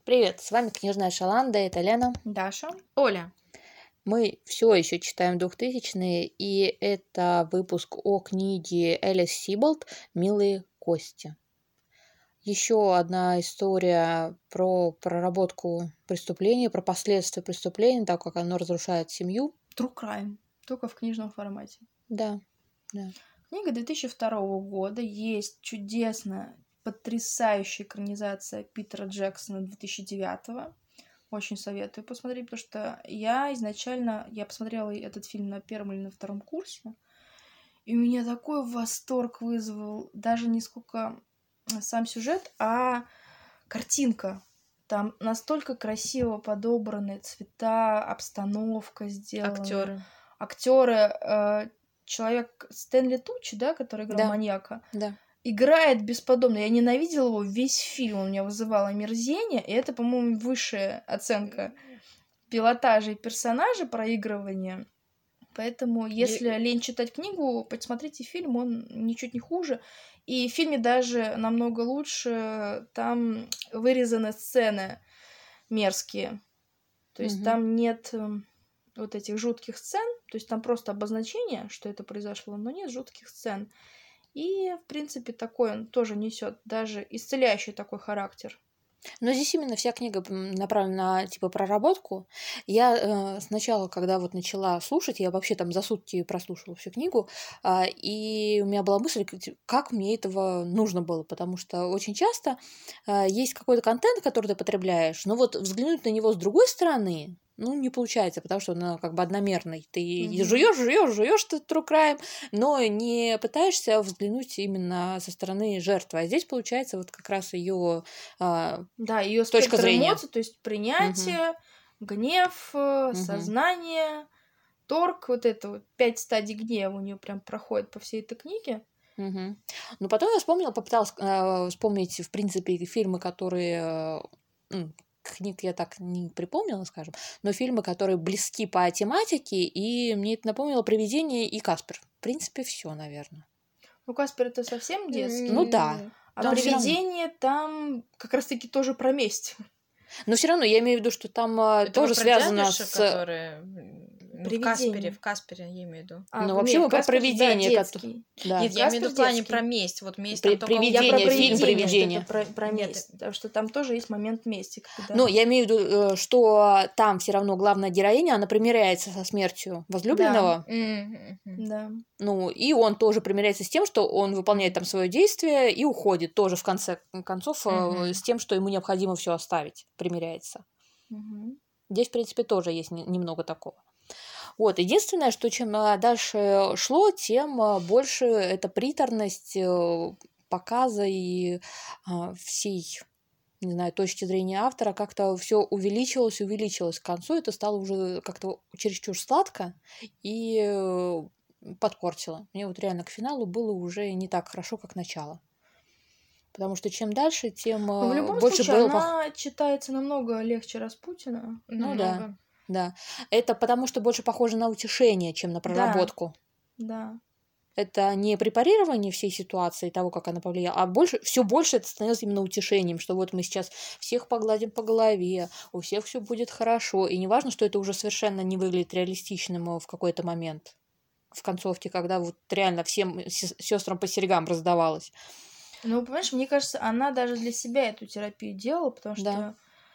Привет, с вами Книжная Шаланда, это Лена. Даша. Оля. Мы все еще читаем 2000-е, и это выпуск о книге Элис Сиболт «Милые кости». Еще одна история про проработку преступления, про последствия преступления, так как оно разрушает семью. True Crime. Только в книжном формате. Да. Книга 2002 года. Есть чудесная, потрясающая экранизация Питера Джексона 2009. Очень советую посмотреть, потому что я посмотрела этот фильм на первом или на втором курсе, и у меня такой восторг вызвал даже не сколько сам сюжет, а картинка. Там настолько красиво подобраны цвета, обстановка сделана. Актеры. Человек Стэнли Тучи, да, который играл маньяка, играет бесподобно. Я ненавидела его весь фильм, он меня вызывал омерзение, и это, по-моему, высшая оценка пилотажа и персонажа, проигрывания. Поэтому, если лень читать книгу, посмотрите фильм, он ничуть не хуже. И в фильме даже намного лучше, там вырезаны сцены мерзкие. То есть там нет вот этих жутких сцен, то есть там просто обозначение, что это произошло, но нет жутких сцен. И, в принципе, такой он тоже несет даже исцеляющий такой характер. Но здесь именно вся книга направлена на проработку. Я сначала, когда вот начала слушать, я вообще там за сутки прослушала всю книгу, и у меня была мысль, как мне этого нужно было, потому что очень часто есть какой-то контент, который ты потребляешь, но вот взглянуть на него с другой стороны, не получается, потому что он как бы одномерный. Ты жуешь ты true crime, но не пытаешься взглянуть именно со стороны жертвы. А здесь получается вот как раз ее ее точка зрения. Эмоций, то есть принятие, гнев, сознание, торг, вот это вот 5 стадий гнева у нее прям проходит по всей этой книге. Но потом я попыталась вспомнить, в принципе, фильмы, которые... Книг я так не припомнила, скажем, но фильмы, которые близки по тематике, и мне это напомнило «Привидение» и «Каспер». В принципе, все, наверное. «Каспер» — это совсем детский. Ну да. А «Привидение» там как раз-таки тоже про месть. Но все равно я имею в виду, что там это тоже связано с... которые... В Каспере, я имею в виду. Вообще мы про «Привидение». Да, нет, я имею в виду в плане про месть. Вот месть там только... «Привидение», фильм «Привидение». Про месть, потому что там тоже есть момент мести. Ну, я имею в виду, что там все равно главная героиня, она примиряется со смертью возлюбленного. Да. И он тоже примиряется с тем, что он выполняет там свое действие и уходит тоже в конце концов с тем, что ему необходимо все оставить, примиряется. Здесь, в принципе, тоже есть немного такого. Вот, единственное, что чем дальше шло, тем больше эта приторность показа и всей, не знаю, точки зрения автора как-то все увеличилось. К концу это стало уже как-то чересчур сладко и подпортило. Мне вот реально к финалу было уже не так хорошо, как начало. Потому что чем дальше, тем в любом больше случае, было... она читается намного легче Распутина. Да. Это потому, что больше похоже на утешение, чем на проработку. Да. Это не препарирование всей ситуации, того, как она повлияла, а все больше это становилось именно утешением, что вот мы сейчас всех погладим по голове, у всех все будет хорошо. И не важно, что это уже совершенно не выглядит реалистичным в какой-то момент. В концовке, когда вот реально всем сестрам по серьгам раздавалось. Понимаешь, мне кажется, она даже для себя эту терапию делала, потому что...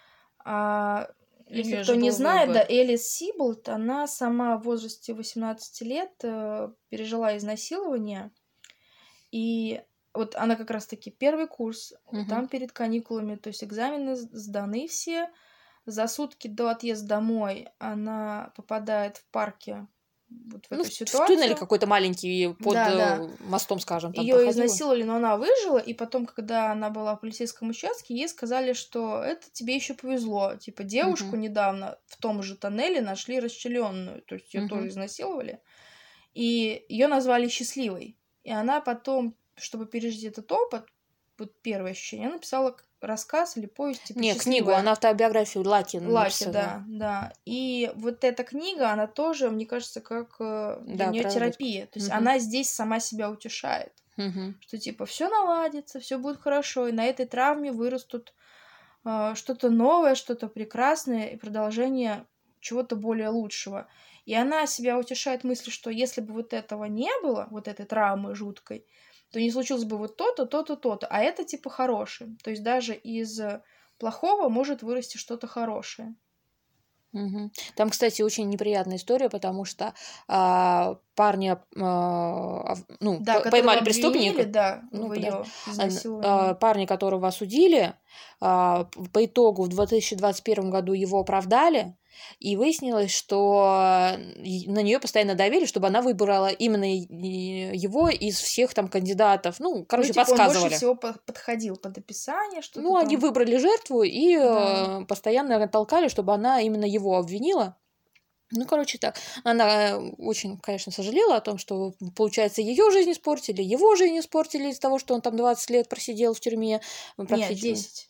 Если кто не знает, Элис Сиболт, она сама в возрасте 18 лет пережила изнасилование. И вот она как раз-таки первый курс, там перед каникулами, то есть экзамены сданы все. За сутки до отъезда домой она попадает в парке вот в эту ситуацию. В туннель какой-то маленький под мостом, скажем. Ее изнасиловали, но она выжила, и потом, когда она была в полицейском участке, ей сказали, что это тебе еще повезло. Типа девушку недавно в том же тоннеле нашли расчлененную, то есть ее тоже изнасиловали, и ее назвали счастливой. И она потом, чтобы пережить этот опыт, вот первое ощущение, она написала рассказ или повесть, типа Нет, книгу, она автобиографию Лаки написала. Да. И вот эта книга, она тоже, мне кажется, как для нее терапия. То есть она здесь сама себя утешает. Что типа все наладится, все будет хорошо, и на этой травме вырастут что-то новое, что-то прекрасное и продолжение чего-то более лучшего. И она себя утешает мыслью, что если бы вот этого не было, вот этой травмы жуткой, то не случилось бы вот то-то, то-то, то-то. А это типа хорошее. То есть даже из плохого может вырасти что-то хорошее. Угу. Там, кстати, очень неприятная история, потому что парня поймали преступника. Парня, которого осудили, по итогу в 2021 году его оправдали, и выяснилось, что на нее постоянно давили, чтобы она выбрала именно его из всех там кандидатов. Подсказывали. Он больше всего подходил под описание. Что-то они выбрали жертву и постоянно толкали, чтобы она именно его обвинила. Так. Она очень, конечно, сожалела о том, что, получается, ее жизнь испортили, его жизнь испортили из-за того, что он там 20 лет просидел в тюрьме. Нет, 10.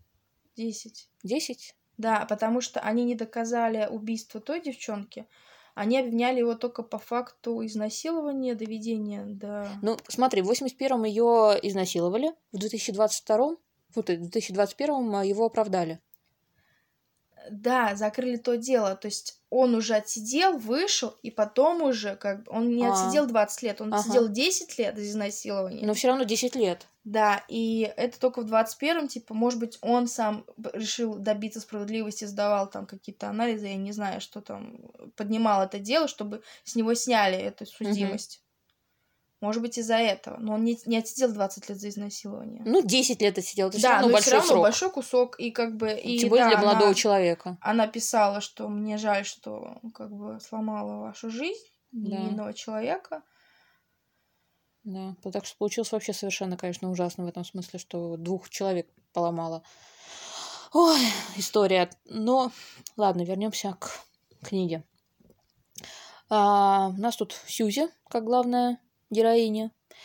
10? Да, потому что они не доказали убийство той девчонки. Они обвиняли его только по факту изнасилования, доведения до... Смотри, в 81-м ее изнасиловали, в 2021-м его оправдали. Да, закрыли то дело. То есть он уже отсидел, вышел, и потом уже он не отсидел 20 лет, он отсидел 10 лет за изнасилование. Но все равно 10 лет. Да, и это только в 21-м, может быть, он сам решил добиться справедливости, сдавал там какие-то анализы, я не знаю, что там, поднимал это дело, чтобы с него сняли эту судимость. Может быть, из-за этого. Но он не отсидел 20 лет за изнасилование. 10 лет отсидел. Это все равно большой срок. Да, большой кусок. И тем более для молодого человека. Она писала, что мне жаль, что сломала вашу жизнь, невинного человека. Да, так что получилось вообще совершенно, конечно, ужасно в этом смысле, что 2 человек поломала. Ой, история. Но, ладно, вернемся к книге. У нас тут Сьюзи, как главная героиня,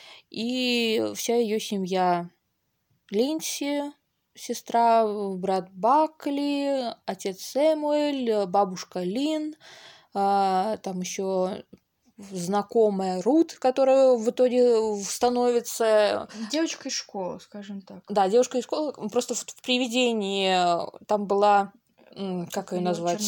и вся ее семья. Линдси, сестра, брат Бакли, отец Сэмуэль, бабушка Лин, там еще знакомая Рут, которая в итоге становится... Девочка из школы, скажем так. Да, девушка из школы. Просто в «Привидении» там была... Как ее назвать?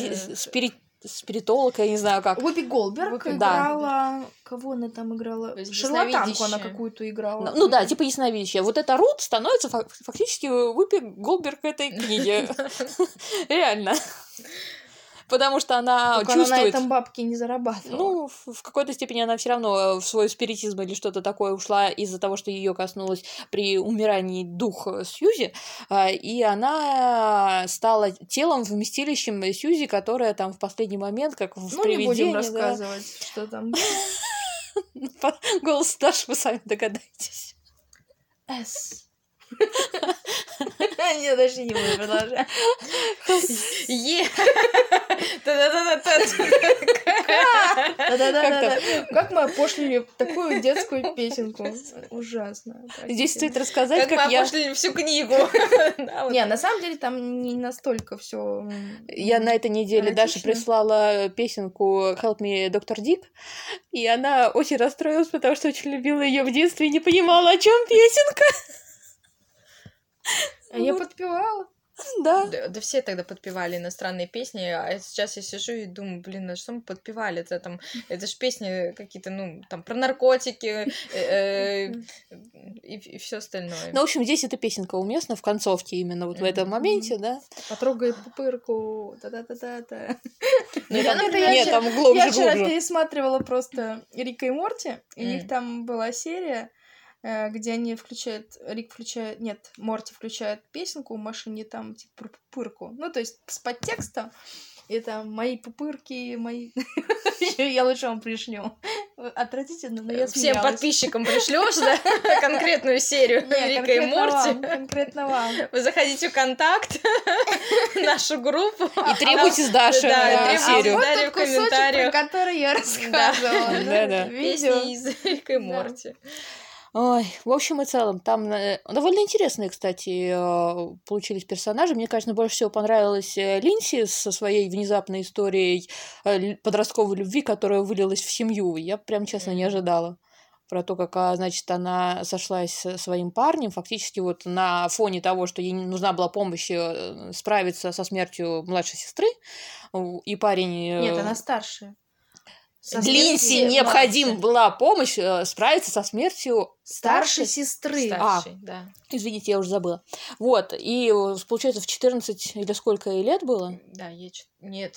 Спиритолог, я не знаю как. Вупи Голдберг играла... Кого она там играла? Шарлатанку она какую-то играла. Типа ясновидящая. Вот эта Рут становится фактически Вупи Голдберг этой книги. Реально. Потому что она чувствует... она на этом бабки не зарабатывала. В какой-то степени она все равно в свой спиритизм или что-то такое ушла из-за того, что ее коснулось при умирании дух Сьюзи, и она стала телом, вместилищем Сьюзи, которая там в последний момент, как в «Привидении». Не будем рассказывать, что там было. Голос Даши вы сами догадаетесь. С. Я даже не буду продолжать. Как мы опошлили такую детскую песенку. Ужасно. Здесь стоит рассказать, как мы опошлили всю книгу. Не, на самом деле там не настолько все. Я на этой неделе Даша прислала песенку «Help me, Dr. Dick», и она очень расстроилась, потому что очень любила ее в детстве и не понимала, о чем песенка. А я подпевала. Да. Да все тогда подпевали иностранные песни, а сейчас я сижу и думаю, блин, а что мы подпевали? Это ж песни какие-то, там, про наркотики и все остальное. В общем, здесь эта песенка уместна в концовке именно вот в этом моменте, да? Потрогай пупырку, та-та-та-та-та. Нет, там глубже. Я вчера пересматривала просто Рика и Морти, и у них там была серия, где Морти включает песенку в машине, там, типа, про пупырку. То есть, с подтекстом. И там, мои пупырки, мои... Я лучше вам пришлю. Отвратительно, но я смеялась. Всем подписчикам пришлёшь, да? Конкретную серию Рика и Морти. Конкретно вам. Вы заходите в «Контакт», нашу группу. И требуйте с Даши серию. Вот тот кусочек, про который я рассказывала. Песни из Рика и Морти. Ой, в общем и целом, там довольно интересные, кстати, получились персонажи. Мне, конечно, больше всего понравилась Линдси со своей внезапной историей подростковой любви, которая вылилась в семью. Я прям, честно, не ожидала. про то, как, значит, она сошлась со своим парнем, фактически вот на фоне того, что ей нужна была помощь справиться со смертью младшей сестры, и парень... Нет, она старшая. Линси необходима была помощь справиться со смертью старшей сестры. Да. Извините, я уже забыла. Вот, и получается в 14 или сколько ей лет было? Да, нет,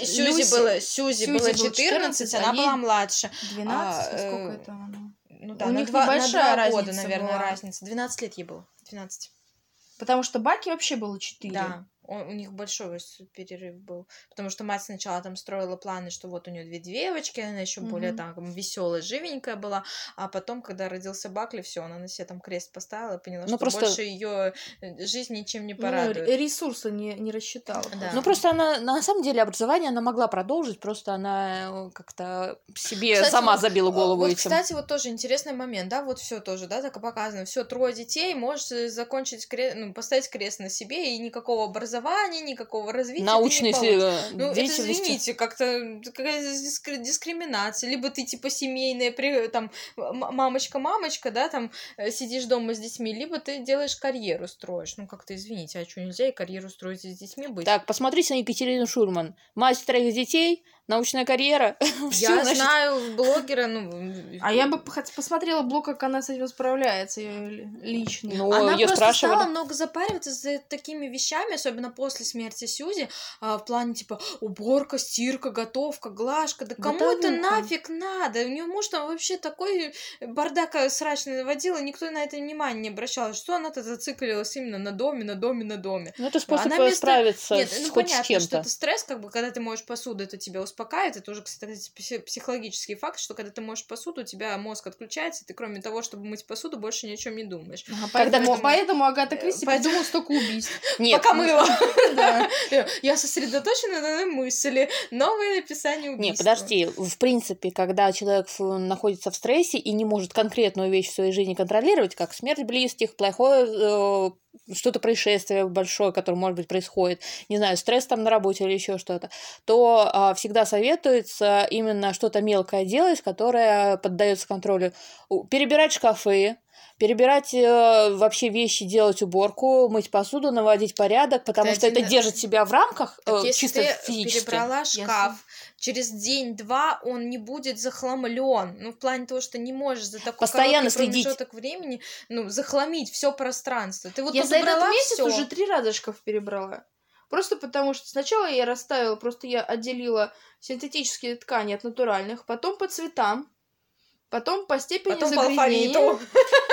Сьюзи было 14, она была младше. 12, сколько это она? Ну да, у них небольшая разница года, наверное, была. разница. 12 лет ей было. 12. Потому что Баки вообще было 4. Да. У них большой перерыв был, потому что мать сначала там строила планы, что вот у нее 2 девочки, она еще более там веселая, живенькая была, а потом, когда родился Бакли, все, она на себе там крест поставила и поняла, что просто... больше ее жизнь ничем не порадует. Ресурсы не рассчитала. Да. Ну просто она, на самом деле, образование она могла продолжить, просто она как-то себе кстати, сама забила голову вот, этим. Кстати, вот тоже интересный момент, да, вот все тоже, да, так показано, все 3 детей, можешь закончить, поставить крест на себе, и никакого образования, никакого развития. Научной деятельности. Это, извините, как-то какая-то дискриминация. Либо ты типа семейная, там, мамочка, да, там, сидишь дома с детьми, либо ты делаешь карьеру, строишь. Ну, как-то, извините, а что, нельзя и карьеру строить с детьми быть? Так, посмотрите на Екатерину Шульман. Мать 3 детей, научная карьера. Я знаю блогера, А я бы посмотрела блог, как она с этим справляется, ее лично. Ну, она её просто спрашивали. стала много запариваться за такими вещами, особенно после смерти Сьюзи, в плане типа уборка, стирка, готовка, глажка. Да кому это нафиг надо? У нее муж там вообще такой бардак срачный наводил, и никто на это внимания не обращал. Что она-то зациклилась именно на доме? Ну, это способ справиться с хоть понятно, с чем-то. что это стресс, как бы, когда ты моешь посуду, это тебя успокаивает. Это уже, кстати, психологический факт, что когда ты моешь посуду, у тебя мозг отключается, и ты кроме того, чтобы мыть посуду, больше ни о чем не думаешь. Поэтому Агата Кристи придумала столько убийств. Нет, пока мыла. Я сосредоточена на мысли. Новое написание убийства. Нет, подожди. В принципе, когда человек находится в стрессе и не может конкретную вещь в своей жизни контролировать, как смерть близких, плохое что-то происшествие большое, которое, может быть, происходит, не знаю, стресс там на работе или еще что-то, то всегда советуется именно что-то мелкое делать, которое поддается контролю. Перебирать шкафы, перебирать вообще вещи, делать уборку, мыть посуду, наводить порядок, потому что это держит себя в рамках чисто физически. Если ты перебрала шкаф, через день-два он не будет захламлен. Ну, в плане того, что не можешь за такой постоянно короткий промежуток времени захламить все пространство. Ты вот я за этот месяц всё. уже 3 раза шкаф перебрала. Просто потому что сначала я расставила, просто я отделила синтетические ткани от натуральных, потом по цветам, потом по степени загрязнения. По алфавиту.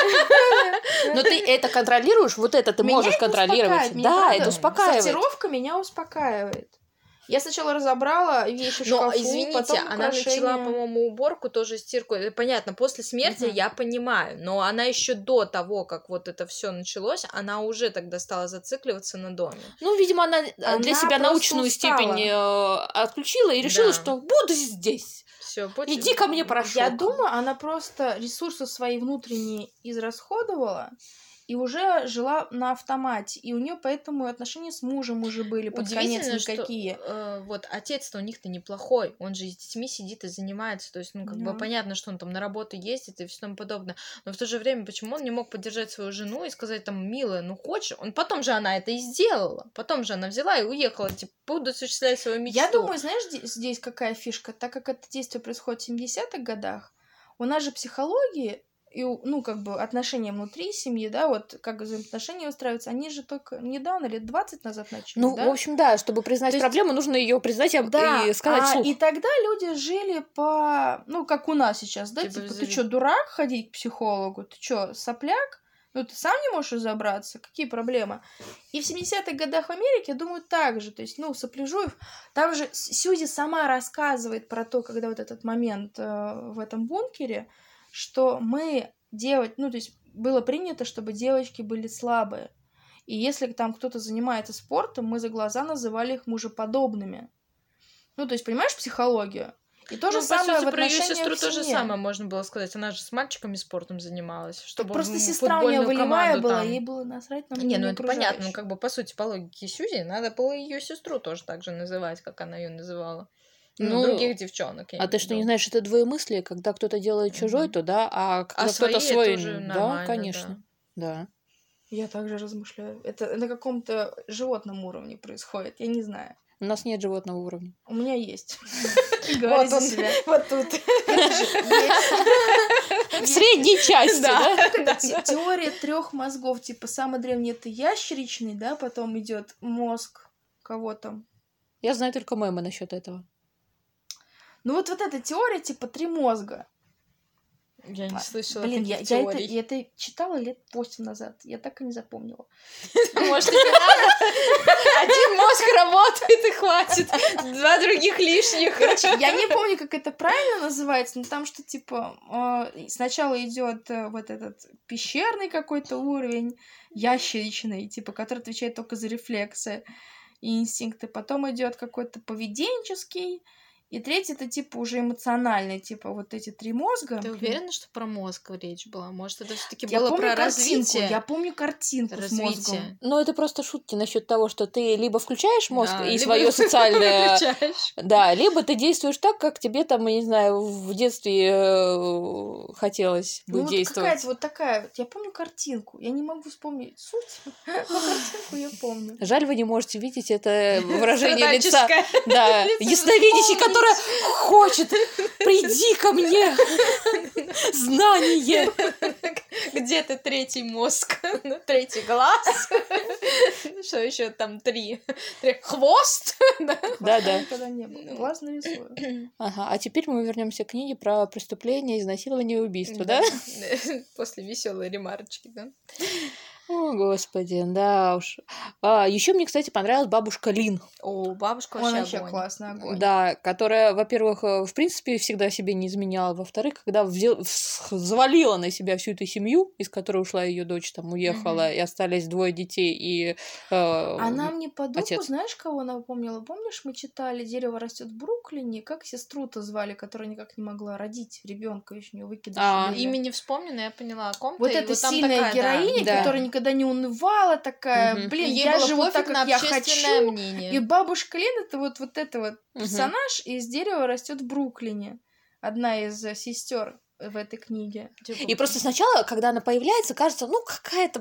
Но ты это контролируешь, вот это ты можешь контролировать. Да, это успокаивает. Сортировка меня успокаивает. Я сначала разобрала вещи в шкафу, извините, потом она начала, по-моему, уборку, тоже стирку. Понятно, после смерти я понимаю, но она еще до того, как вот это все началось, она уже тогда стала зацикливаться на доме. Ну, видимо, она для себя научную степень отключила и решила, что буду здесь. Всё, иди ко мне, порошок. Я думаю, она просто ресурсы свои внутренние израсходовала и уже жила на автомате. И у нее поэтому отношения с мужем уже были под конец никакие. Вот отец-то у них-то неплохой. Он же с детьми сидит и занимается. То есть, как бы понятно, что он там на работу ездит и все тому подобное. Но в то же время, почему он не мог поддержать свою жену и сказать там, милая, ну хочешь? Потом же она это и сделала. Потом же она взяла и уехала. Типа, буду осуществлять свою мечту. Я думаю, знаешь, здесь какая фишка? Так как это действие происходит в 70-х годах, у нас же психология и, отношения внутри семьи, да, вот как взаимоотношения устраиваются, они же только недавно, лет 20 назад начали, Ну, да? в общем, да, чтобы признать проблему, нужно ее признать и сказать вслух. И тогда люди жили как у нас сейчас, да, типа ты что, дурак ходить к психологу? Ты что, сопляк? Ну, ты сам не можешь разобраться, какие проблемы? И в 70-х годах в Америке, я думаю, так же, то есть, Сопляжуев, там же Сьюзи сама рассказывает про то, когда вот этот момент в этом бункере, что то есть было принято, чтобы девочки были слабые. И если там кто-то занимается спортом, мы за глаза называли их мужеподобными. То есть, понимаешь психологию? И то же самое в отношениях про ее сестру в то же семье. самое можно было сказать. Она же с мальчиками спортом занималась. Чтобы просто сестра у нее волевая была, там... ей было насрать на Не, это понятно. По сути, по логике Сьюзи, надо было ее сестру тоже так же называть, как она ее называла. других девчонок. А ты что, не знаешь, это двоемыслие, когда кто-то делает чужой, то да, а когда кто-то свой, да, конечно, да. Я также размышляю. Это на каком-то животном уровне происходит, я не знаю. У нас нет животного уровня. У меня есть. Вот он, вот тут. В средней части, да? Теория 3 мозгов. Типа, самый древний это ящеричный, да, потом идет мозг кого там. Я знаю только мемы насчет этого. Ну вот эта теория, типа, 3 мозга. Я не слышала я теорий. это читала лет 8 назад. Я так и не запомнила. Может, не надо? Один мозг работает и хватит. 2 других лишних. Короче, я не помню, как это правильно называется, но там что, типа, сначала идет вот этот пещерный какой-то уровень, ящеричный, типа, который отвечает только за рефлексы и инстинкты. Потом идет какой-то поведенческий. И третий это типа уже эмоциональный, типа вот эти 3 мозга. Ты уверена, что про мозг речь была? Может, это все-таки было про развитие? Я помню картинку с мозгом. Ну, это просто шутки насчет того, что ты либо включаешь мозг и свое социальное... Да, либо ты действуешь так, как тебе там, я не знаю, в детстве хотелось бы действовать. Какая-то вот такая... Я помню картинку. Я не могу вспомнить суть, но картинку я помню. Жаль, вы не можете видеть это выражение лица. Да, ясновидящий, который хочет, приди ко мне, знание. Где-то 3-й мозг, 3-й глаз, что еще там 3? Хвост? Да. Никогда не было. Глаз нарисую. Ага, а теперь мы вернемся к книге про преступление, изнасилование и убийство, да? После веселой ремарочки, да? О, господи, да уж. Еще мне, кстати, понравилась бабушка Лин. О, бабушка вообще огонь. Классный огонь. Да, которая, во-первых, в принципе, всегда себе не изменяла. Во-вторых, когда взвалила на себя всю эту семью, из которой ушла ее дочь, там уехала, и остались 2 детей и Она мне по духу, отец. знаешь, кого она напомнила? Помнишь, мы читали «Дерево растет в Бруклине», как сестру-то звали, которая никак не могла родить ребенка, еще не выкидыш. Имя не вспомню, но я поняла, о ком-то. Вот эта сильная героиня, которая никогда не унывала, такая, блин, я живу так, как я хочу. Мнение. И бабушка Лен это вот это вот персонаж из «Дерева растет в Бруклине». Одна из сестер в этой книге. И просто сначала, когда она появляется, кажется, ну какая-то,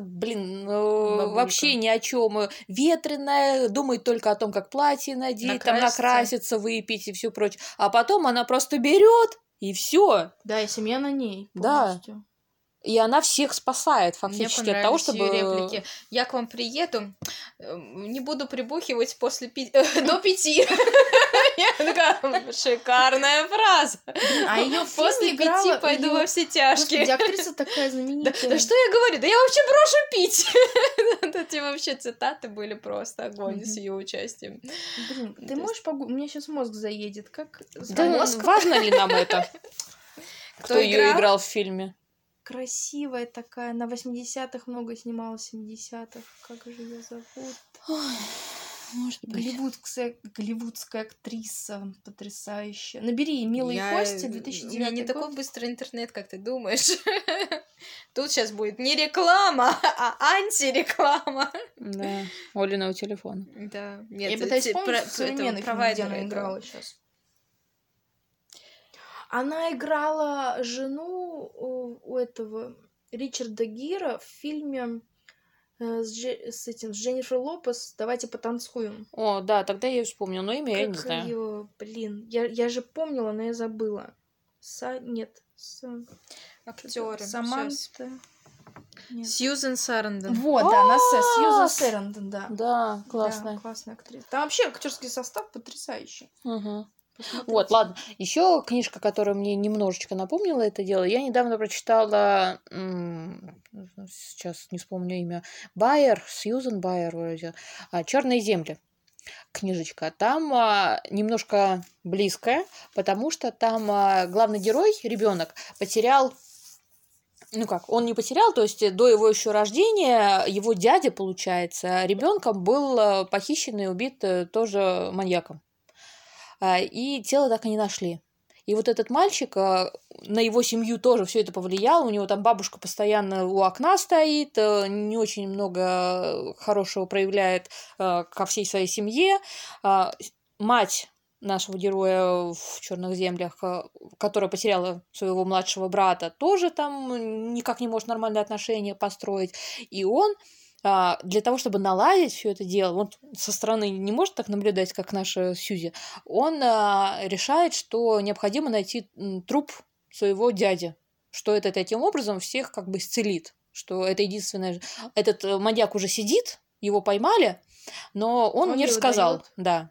вообще ни о чем, ветреная, думает только о том, как платье надеть, там накраситься, выпить и все прочее. А потом она просто берет и все. Да, и семья на ней полностью. Да. И она всех спасает фактически от того, чтобы... реплики. Я к вам приеду, не буду прибухивать до 5. Шикарная фраза. А ее после 5 пойду во все тяжкие. Актриса такая знаменитая. Да что я говорю? Да я вообще брошу пить. Эти вообще цитаты были просто огонь с ее участием. Блин, ты можешь погуглить? У меня сейчас мозг заедет. Да важно ли нам это? Кто ее играл в фильме? Красивая такая, на 80-х много снималась, 70-х. Как же ее зовут? Ой, может быть. Голливудская актриса, потрясающая. Набери «Милые кости», 2009 У меня не такой быстрый интернет, как ты думаешь. Тут сейчас будет не реклама, а антиреклама. Да, Олиного телефона. Да. Я пытаюсь вспомнить современный фильм, где она играла сейчас. Она играла жену у этого Ричарда Гира в фильме с Дженнифер Лопес «Давайте потанцуем». О, да, тогда я ее вспомнила, но имя я не знаю. Её, блин, я же помнила, но я забыла. Актеры. Саманта. Сьюзен Сарандон. Вот, да, она Сьюзен Сарандон, да. Да, классная. Да, классная актриса. Там вообще актерский состав потрясающий. Угу. Вот, ладно. Еще книжка, которая мне немножечко напомнила это дело. Я недавно прочитала, сейчас не вспомню имя, Сьюзен Байер вроде, «Черные земли». Книжечка. Там немножко близкая, потому что там главный герой, ребенок, потерял. Он не потерял, то есть до его еще рождения его дядя, получается, ребенком был похищен и убит тоже маньяком. И тело так и не нашли. И вот этот мальчик, на его семью тоже все это повлияло. У него там бабушка постоянно у окна стоит, не очень много хорошего проявляет ко всей своей семье. Мать нашего героя в «Черных землях», которая потеряла своего младшего брата, тоже там никак не может нормальные отношения построить. И он для того, чтобы наладить все это дело, он со стороны не может так наблюдать, как наша Сьюзи, он решает, что необходимо найти труп своего дяди, что это таким образом всех как бы исцелит, что это единственное... Этот маньяк уже сидит, его поймали, но он не рассказал. Да.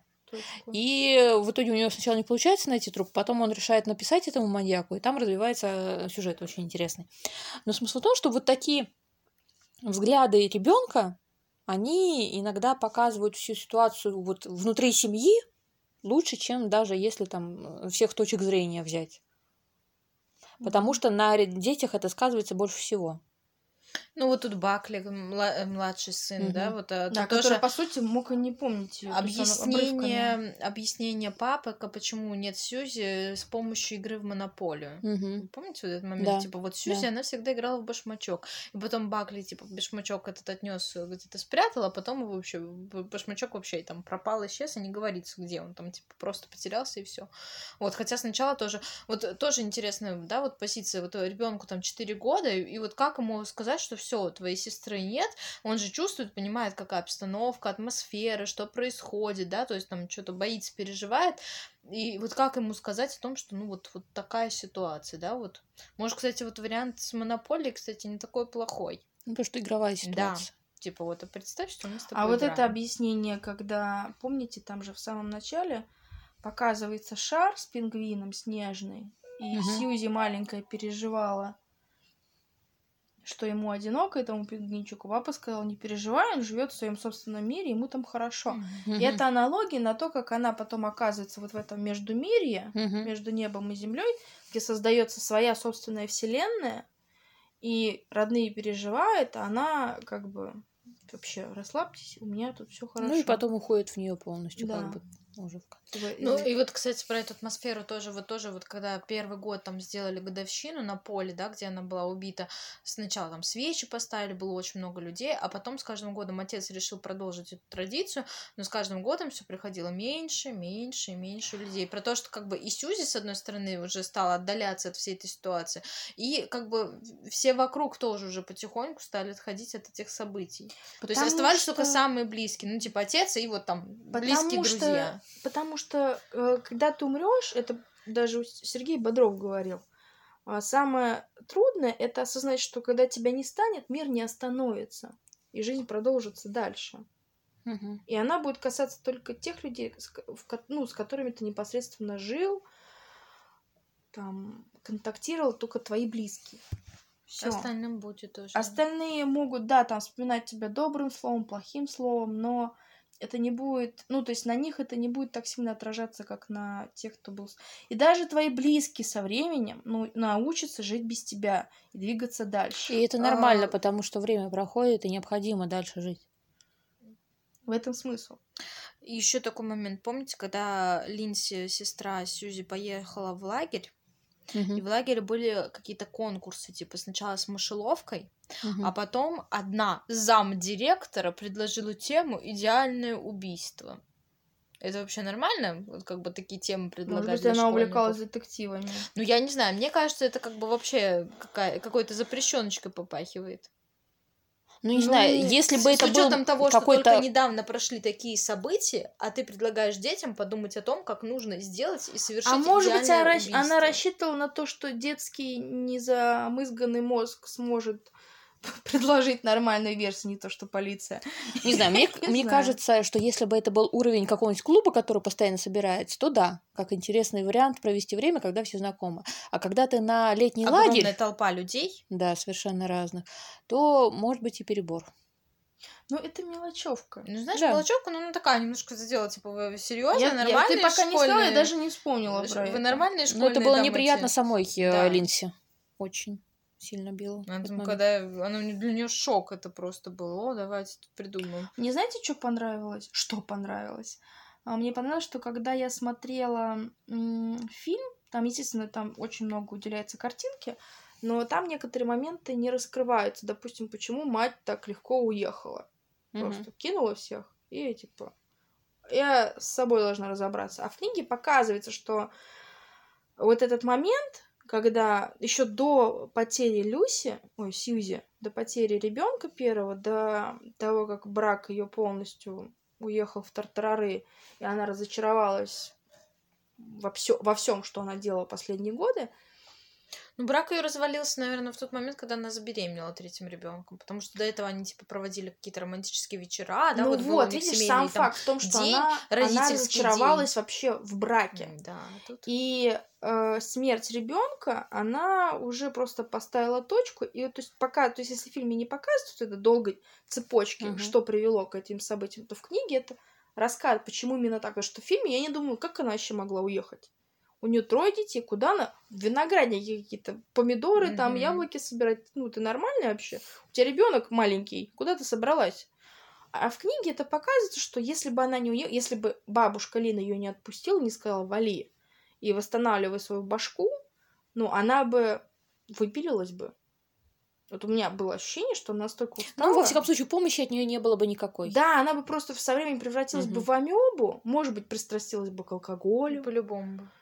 И в итоге у него сначала не получается найти труп, потом он решает написать этому маньяку, и там развивается сюжет очень интересный. Но смысл в том, что вот такие взгляды ребенка, они иногда показывают всю ситуацию вот внутри семьи лучше, чем даже если там всех точек зрения взять. Потому что на детях это сказывается больше всего. Ну, вот тут Бакли, младший сын, да, вот да, который, тоже по сути, мог и не помнить её, объяснение папы, почему нет Сьюзи, с помощью игры в Монополию. Помните вот этот момент? Да. Типа, вот Сьюзи, она всегда играла в башмачок. И потом Бакли, типа, башмачок этот отнес, где-то спрятал, а потом его вообще, башмачок вообще там пропал, исчез, и не говорится, где он там, типа, просто потерялся, и все. Вот, хотя сначала тоже, вот тоже интересная, да, вот позиция, вот ребенку там 4 года, и вот как ему сказать, что все, твоей сестры нет, он же чувствует, понимает, какая обстановка, атмосфера, что происходит, да, то есть там что-то боится, переживает, и вот как ему сказать о том, что, ну, вот такая ситуация, да, вот. Может, кстати, вот вариант с Монополией, кстати, не такой плохой. Ну, потому что игровая ситуация. Да, типа вот, представь, что мы с тобой вот играем. это объяснение, когда, помните, там же в самом начале показывается шар с пингвином снежный, и Сьюзи маленькая переживала, что ему одиноко, этому пингвинчику. Папа сказал, не переживай, он живет в своем собственном мире, ему там хорошо. И это аналогия на то, как она потом оказывается вот в этом междумирье, между небом и землей, где создается своя собственная вселенная, и родные переживают, а она как бы вообще расслабьтесь, у меня тут все хорошо. Ну и потом уходит в нее полностью, да. как бы уже в конце. Ну и вот, кстати, про эту атмосферу тоже вот когда первый год там сделали годовщину на поле, да, где она была убита, сначала там свечи поставили, было очень много людей, а потом с каждым годом отец решил продолжить эту традицию, но с каждым годом все приходило меньше, меньше и меньше людей. Про то, что как бы и Сьюзи, с одной стороны, уже стала отдаляться от всей этой ситуации, и как бы все вокруг тоже уже потихоньку стали отходить от этих событий. То есть оставались только самые близкие, ну типа отец и вот там близкие друзья. Потому что, когда ты умрешь, это даже Сергей Бодров говорил, самое трудное — это осознать, что когда тебя не станет, мир не остановится, и жизнь продолжится дальше. И она будет касаться только тех людей, с которыми ты непосредственно жил, там, контактировал, только твои близкие. Всё. Остальным будет тоже. Остальные могут, да, там, вспоминать тебя добрым словом, плохим словом, но это не будет, ну, то есть на них это не будет так сильно отражаться, как на тех, кто был... И даже твои близкие со временем, ну, научатся жить без тебя и двигаться дальше. И это нормально, потому что время проходит, и необходимо дальше жить. В этом смысл. И еще такой момент. Помните, когда Линдси, сестра Сьюзи, поехала в лагерь, и в лагере были какие-то конкурсы, типа сначала с мышеловкой, а потом одна замдиректора предложила тему «Идеальное убийство». Это вообще нормально? Вот как бы такие темы предлагать. Может быть, она увлекалась детективами. Ну, я не знаю, мне кажется, это как бы вообще какой-то запрещеночкой попахивает. Ну, не знаю, если бы это был с учетом того, что какой-то... только недавно прошли такие события, а ты предлагаешь детям подумать о том, как нужно сделать и совершить идеальное убийство. А может быть, она рассчитывала на то, что детский незамызганный мозг сможет предложить нормальную версию, не то что полиция. Не знаю, мне кажется, что если бы это был уровень какого-нибудь клуба, который постоянно собирается, то да, как интересный вариант провести время, когда все знакомы. А когда ты на летний лагерь... Огромная толпа людей. Да, совершенно разных. То может быть и перебор. Ну, это мелочевка. Ну, знаешь, мелочевка, ну, она такая немножко задела, типа, вы серьезно, нормальные ты пока школьные... не сказала, я даже не вспомнила про это. Вы нормальные школьные это было дамы неприятно те. самой Линдси. Очень сильно било. Когда для нее шок это просто было. О, давайте тут придумаем. Мне знаете, что понравилось? Что понравилось? Мне понравилось, что когда я смотрела фильм, там, естественно, там очень много уделяется картинке, но там некоторые моменты не раскрываются. Допустим, почему мать так легко уехала. Просто кинула всех и, типа, я с собой должна разобраться. А в книге показывается, что вот этот момент, когда еще до потери Сьюзи, до потери ребенка первого, до того, как брак ее полностью уехал в тартарары, и она разочаровалась во всем, что она делала последние годы. Ну, брак ее развалился, наверное, в тот момент, когда она забеременела третьим ребенком, потому что до этого они типа проводили какие-то романтические вечера, да, ну вот видишь, сам факт в том, что она разочаровалась вообще в браке. Да, И смерть ребенка, она уже просто поставила точку. И то есть если в фильме не показывают вот этой долгой цепочки, что привело к этим событиям, то в книге это рассказывает, почему именно так. Потому что в фильме я не думаю, как она еще могла уехать. У нее 3 детей, куда она? Виноградники какие-то, помидоры, там, яблоки собирать. Ну, ты нормальная вообще? У тебя ребенок маленький, куда ты собралась? А в книге это показывается, что если бы она не уехала, если бы бабушка Лина ее не отпустила, не сказала, вали, и восстанавливай свою башку, ну, она бы выпилилась бы. Вот у меня было ощущение, что она настолько устала. Ну, во всяком случае, помощи от нее не было бы никакой. Да, она бы просто со временем превратилась бы в амебу, может быть, пристрастилась бы к алкоголю. По-любому бы.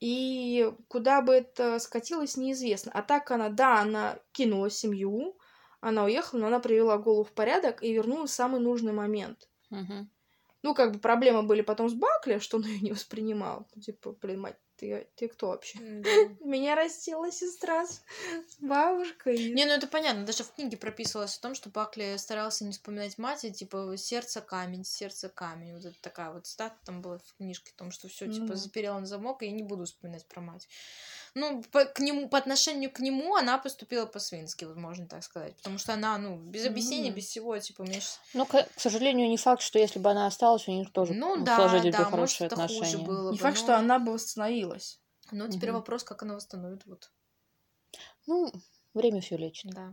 И куда бы это скатилось, неизвестно. А так она кинула семью, она уехала, но она привела голову в порядок и вернулась в самый нужный момент. Ну, как бы проблемы были потом с Бакли, что он ее не воспринимал. Типа, блин, мать, ты кто вообще? Меня растила сестра с бабушкой. Не, ну это понятно. Даже в книге прописывалось о том, что Бакли старался не вспоминать мать, и типа сердце камень. Вот это такая вот статья там была в книжке, о том, что все типа заперела на замок, и я не буду вспоминать про мать. Ну, по отношению к нему она поступила по-свински, вот можно так сказать. Потому что она, без объяснений, без всего, типа, у меня сейчас... Ну, к сожалению, не факт, что если бы она осталась, у них тоже сложились бы хорошие отношения. Хуже было не бы, факт, что она бы восстановилась. Ну, теперь вопрос, как она восстановит, вот. Ну, время все лечит. Да.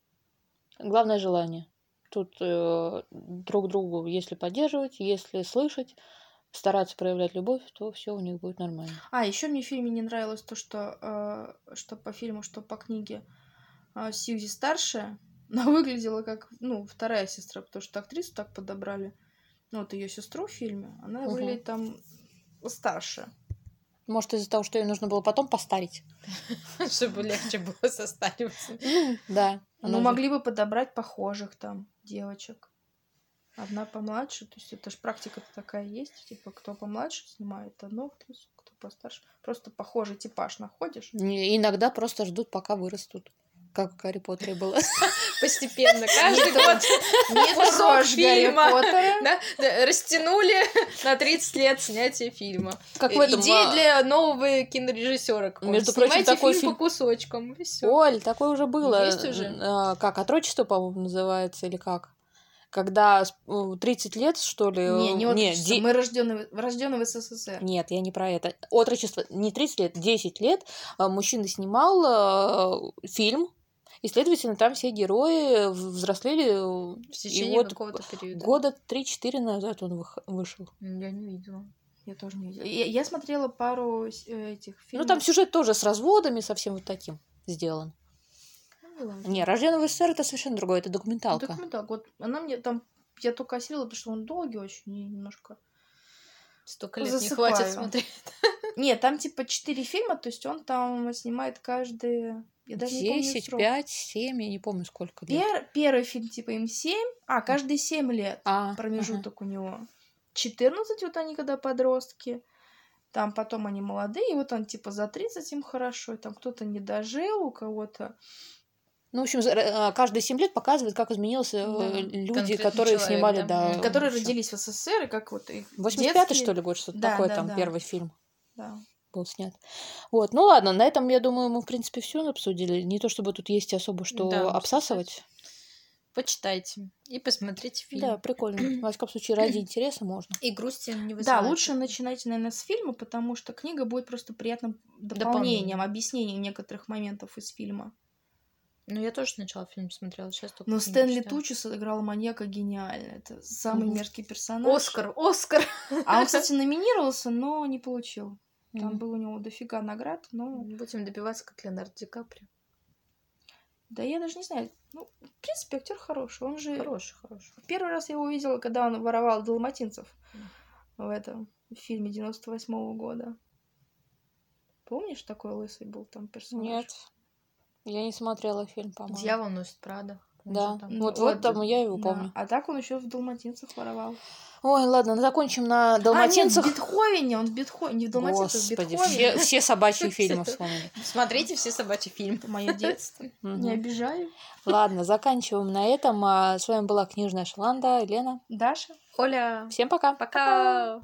Главное желание. Тут друг другу, если поддерживать, если слышать, стараться проявлять любовь, то все у них будет нормально. А, еще мне в фильме не нравилось то, что по фильму, что по книге Сьюзи старшая, она выглядела как, вторая сестра, потому что актрису так подобрали. Ну, вот ее сестру в фильме, она выглядит там старше. Может, из-за того, что ее нужно было потом постарить. Чтобы легче было состариваться. Да. Ну, могли бы подобрать похожих там девочек. Одна помладше, то есть это же практика-то такая есть, типа кто помладше снимает одну актрису, кто постарше. Просто похожий типаж находишь. Иногда просто ждут, пока вырастут. Как в Гарри Поттере было. Постепенно. Каждый год не кусок фильма. Растянули на 30 лет снятия фильма. Как в этом... Идея для нового кинорежиссера. Между прочим, такой фильм по кусочкам. Оль, такое уже было. Есть уже? Как, «Отрочество», по-моему, называется, или как? Когда 30 лет, что ли... Не отрочество. Мы рождены в СССР. Нет, я не про это. Отрочество не 30 лет, 10 лет мужчина снимал фильм, и, следовательно, там все герои взрослели. В течение какого-то периода. Года 3-4 назад он вышел. Я не видела. Я тоже не видела. Я смотрела пару этих фильмов. Ну, там сюжет тоже с разводами, совсем вот таким сделан. Не, «Рожденный в СССР» это совершенно другое, это документалка. Документалка. Вот она мне там... Я только осилила, потому что он долгий очень, и немножко... Столько лет не хватит смотреть. Нет, там типа 4 фильма, то есть он там снимает каждые... Я даже 10, 5, 7, я не помню сколько лет. Первый фильм типа им 7, каждые 7 лет промежуток у него. 14 вот они когда подростки. Там потом они молодые, и вот он типа за 30 им хорошо, и там кто-то не дожил, у кого-то... Ну, в общем, каждые 7 лет показывает, как изменились люди, которые снимали, да. Которые родились в СССР, и как вот их 85-й, что ли, год, что-то такое, там первый фильм был снят. Вот, ну ладно, на этом, я думаю, мы, в принципе, все обсудили. Не то, чтобы тут есть особо что обсасывать. Почитайте и посмотрите фильм. Да, прикольно. Во всяком случае, ради интереса можно. И грусти не вызывает. Да, лучше начинайте, наверное, с фильма, потому что книга будет просто приятным дополнением, объяснением некоторых моментов из фильма. Ну, я тоже сначала фильм смотрела, сейчас только... Но Стэнли Тучи сыграл маньяка гениально. Это самый мерзкий персонаж. Оскар! А он, кстати, номинировался, но не получил. Там был у него дофига наград, но... Будем добиваться, как Леонардо Ди Каприо. Да я даже не знаю. Ну, в принципе, актер хороший. Он же... Хороший. Первый раз я его увидела, когда он воровал далматинцев. в этом фильме 98-го года. Помнишь, такой лысый был там персонаж? Нет. Я не смотрела фильм, по-моему. «Дьявол носит Прада». Да, вот там я его помню. А так он еще в «Далматинцах» воровал. Ой, ладно, закончим на «Далматинцах». Нет, в «Бетховене», он в «Бетховене», не в «Далматинцах», в Господи, «Бетховене». все собачьи фильмы вспомнили. Смотрите все собачьи фильмы. Это мое детство. Не обижаю. Ладно, заканчиваем на этом. С вами была Книжная Шаланда, Лена, Даша. Оля. Всем пока. Пока.